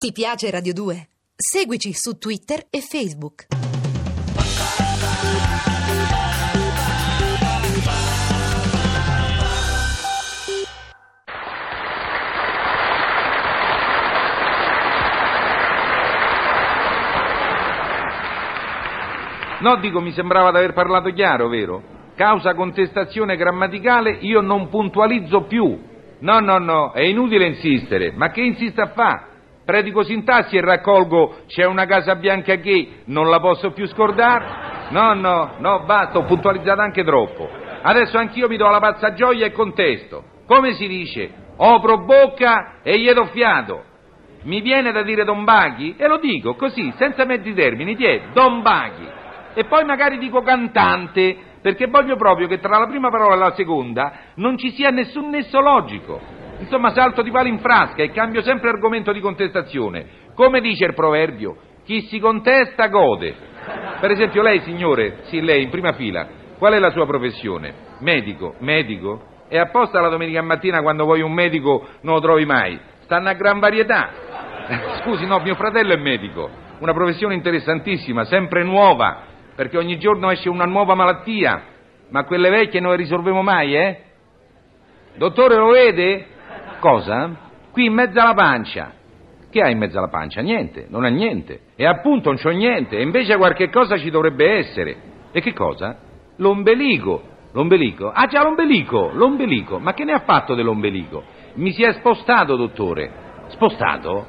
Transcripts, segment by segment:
Ti piace Radio 2? Seguici su Twitter e Facebook. No, dico, mi sembrava di aver parlato chiaro, vero? Causa contestazione grammaticale, io non puntualizzo più. No, è inutile insistere. Ma che insista a fa'? Predico sintassi e raccolgo c'è una casa bianca che non la posso più scordare. No, basta, ho puntualizzato anche troppo. Adesso anch'io mi do la pazza gioia e contesto. Come si dice? Opro bocca e gli do fiato. Mi viene da dire Don Baghi e lo dico così, senza mezzi termini, Don Baghi. E poi magari dico cantante, perché voglio proprio che tra la prima parola e la seconda non ci sia nessun nesso logico. Insomma, salto di palo in frasca e cambio sempre argomento di contestazione. Come dice il proverbio, chi si contesta gode. Per esempio lei, signore, sì, lei in prima fila, qual è la sua professione? Medico? E apposta la domenica mattina quando vuoi un medico non lo trovi mai. Stanno a gran varietà. Scusi, no, mio fratello è medico, una professione interessantissima, sempre nuova, perché ogni giorno esce una nuova malattia, ma quelle vecchie non le risolvemo mai, eh? Dottore, lo vede? Cosa? Qui in mezzo alla pancia. Che ha in mezzo alla pancia? Niente, non ha niente. E appunto non c'ho niente, e invece qualche cosa ci dovrebbe essere. E che cosa? L'ombelico. L'ombelico? Ah già, l'ombelico. Ma che ne ha fatto dell'ombelico? Mi si è spostato, dottore. Spostato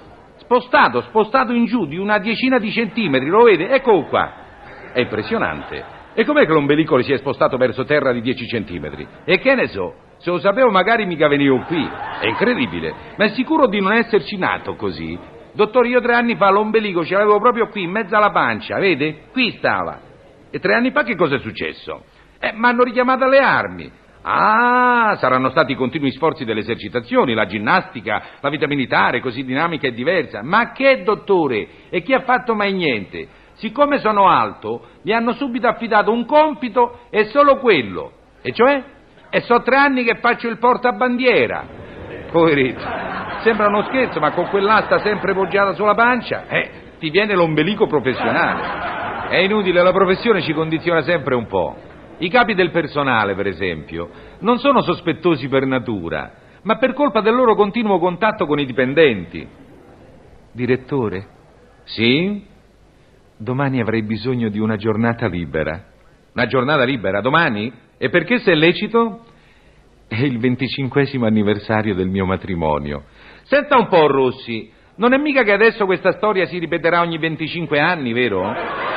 in giù di una decina di centimetri, lo vede? Eccolo qua. È impressionante. E com'è che l'ombelico le si è spostato verso terra di 10 centimetri? E che ne so? Se lo sapevo magari mica venivo qui. È incredibile. Ma è sicuro di non esserci nato così? Dottore, io 3 anni fa l'ombelico ce l'avevo proprio qui, in mezzo alla pancia, vede? Qui stava. E 3 anni fa che cosa è successo? M'hanno richiamato alle armi. Ah, saranno stati i continui sforzi delle esercitazioni, la ginnastica, la vita militare, così dinamica e diversa. Ma che, dottore? E chi ha fatto mai niente? Siccome sono alto, mi hanno subito affidato un compito e solo quello. E cioè? E so 3 anni che faccio il portabandiera. Poveretto. Sembra uno scherzo, ma con quell'asta sempre poggiata sulla pancia, ti viene l'ombelico professionale. È inutile, la professione ci condiziona sempre un po'. I capi del personale, per esempio, non sono sospettosi per natura, ma per colpa del loro continuo contatto con i dipendenti. Direttore? Sì? Domani avrei bisogno di una giornata libera. Una giornata libera? Domani? E perché, se è lecito? È il 25° anniversario del mio matrimonio. Senta un po', Rossi, non è mica che adesso questa storia si ripeterà ogni 25 anni, vero?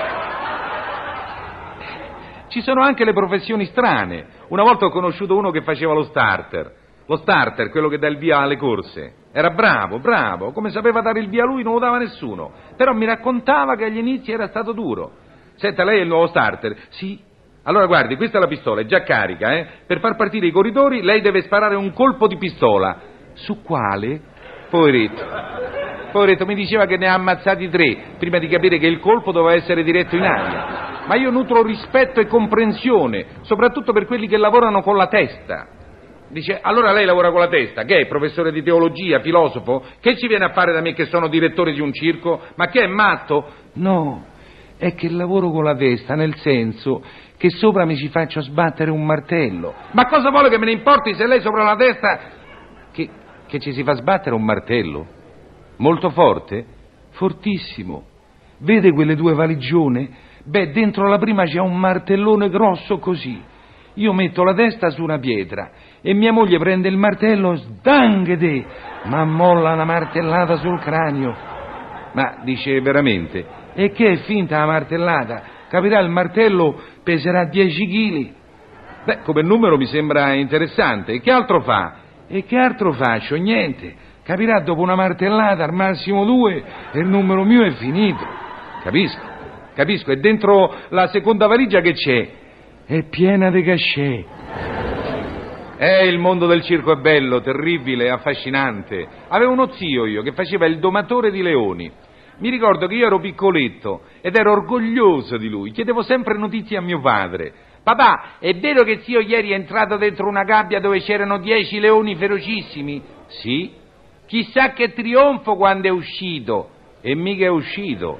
Ci sono anche le professioni strane. Una volta ho conosciuto uno che faceva lo starter, quello che dà il via alle corse. Era bravo, come sapeva dare il via lui non lo dava nessuno, però mi raccontava che agli inizi era stato duro. Senta, lei è il nuovo starter? Sì. Allora guardi, questa è la pistola, è già carica, Per far partire i corridori lei deve sparare un colpo di pistola. Su quale? Poveretto, mi diceva che ne ha ammazzati 3 prima di capire che il colpo doveva essere diretto in aria. Ma io nutro rispetto e comprensione, soprattutto per quelli che lavorano con la testa. Dice, allora lei lavora con la testa? Che è, professore di teologia, filosofo? Che ci viene a fare da me che sono direttore di un circo? Ma che è, matto? No, è che lavoro con la testa, nel senso che sopra mi ci faccio sbattere un martello. Ma cosa vuole che me ne importi se lei sopra la testa... Che ci si fa sbattere un martello? Molto forte? Fortissimo. Vede quelle 2 valigione? Beh, dentro la prima c'è un martellone grosso così. Io metto la testa su una pietra e mia moglie prende il martello, sdanghete, ma molla una martellata sul cranio. Ma dice, veramente? E che è finta la martellata? Capirà, il martello peserà 10 chili. Beh, come numero mi sembra interessante. E che altro fa? E che altro faccio? Niente. Capirà, dopo una martellata, al massimo 2, e il numero mio è finito. Capisco. E dentro la seconda valigia che c'è? È piena di cachet. Il mondo del circo è bello, terribile, affascinante. Avevo uno zio io che faceva il domatore di leoni. Mi ricordo che io ero piccoletto ed ero orgoglioso di lui. Chiedevo sempre notizie a mio padre. Papà, è vero che zio ieri è entrato dentro una gabbia dove c'erano 10 leoni ferocissimi? Sì. Chissà che trionfo quando è uscito. E mica è uscito.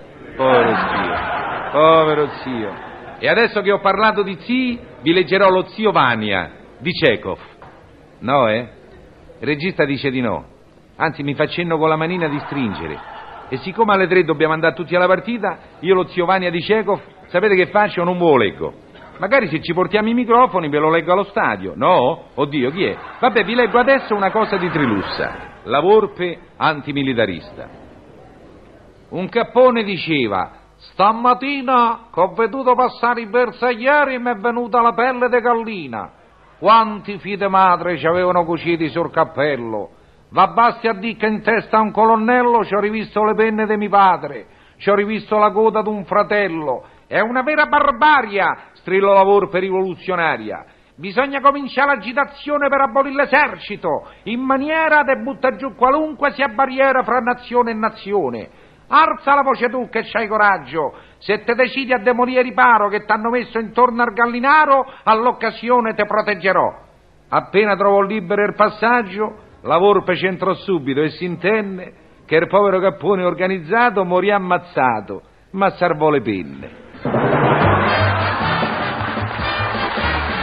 Povero zio. E adesso che ho parlato di zii, vi leggerò lo zio Vania di Chekhov. No, Il regista dice di no. Anzi, mi fa cenno con la manina di stringere. E siccome alle 3 dobbiamo andare tutti alla partita, io lo zio Vania di Chekhov, sapete che faccio? Non ve lo leggo. Magari se ci portiamo i microfoni ve lo leggo allo stadio. No? Oddio, chi è? Vabbè, vi leggo adesso una cosa di Trilussa. La volpe antimilitarista. Un cappone diceva: stamattina che ho veduto passare i bersaglieri mi è venuta la pelle di gallina. Quanti figli di madre ci avevano cuciti sul cappello. Va basti a dire che in testa a un colonnello ci ho rivisto le penne di mio padre, ci ho rivisto la coda d'un fratello. È una vera barbaria, strillò la volpe rivoluzionaria. Bisogna cominciare l'agitazione per abolire l'esercito, in maniera da buttare giù qualunque sia barriera fra nazione e nazione. Alza la voce tu che c'hai coraggio. Se te decidi a demolire i riparo che t'hanno messo intorno al gallinaro, all'occasione te proteggerò. Appena trovò libero il passaggio, la volpe c'entrò subito e si intenne che il povero cappone organizzato morì ammazzato, ma salvò le penne.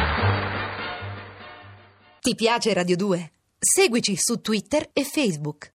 Ti piace Radio 2? Seguici su Twitter e Facebook.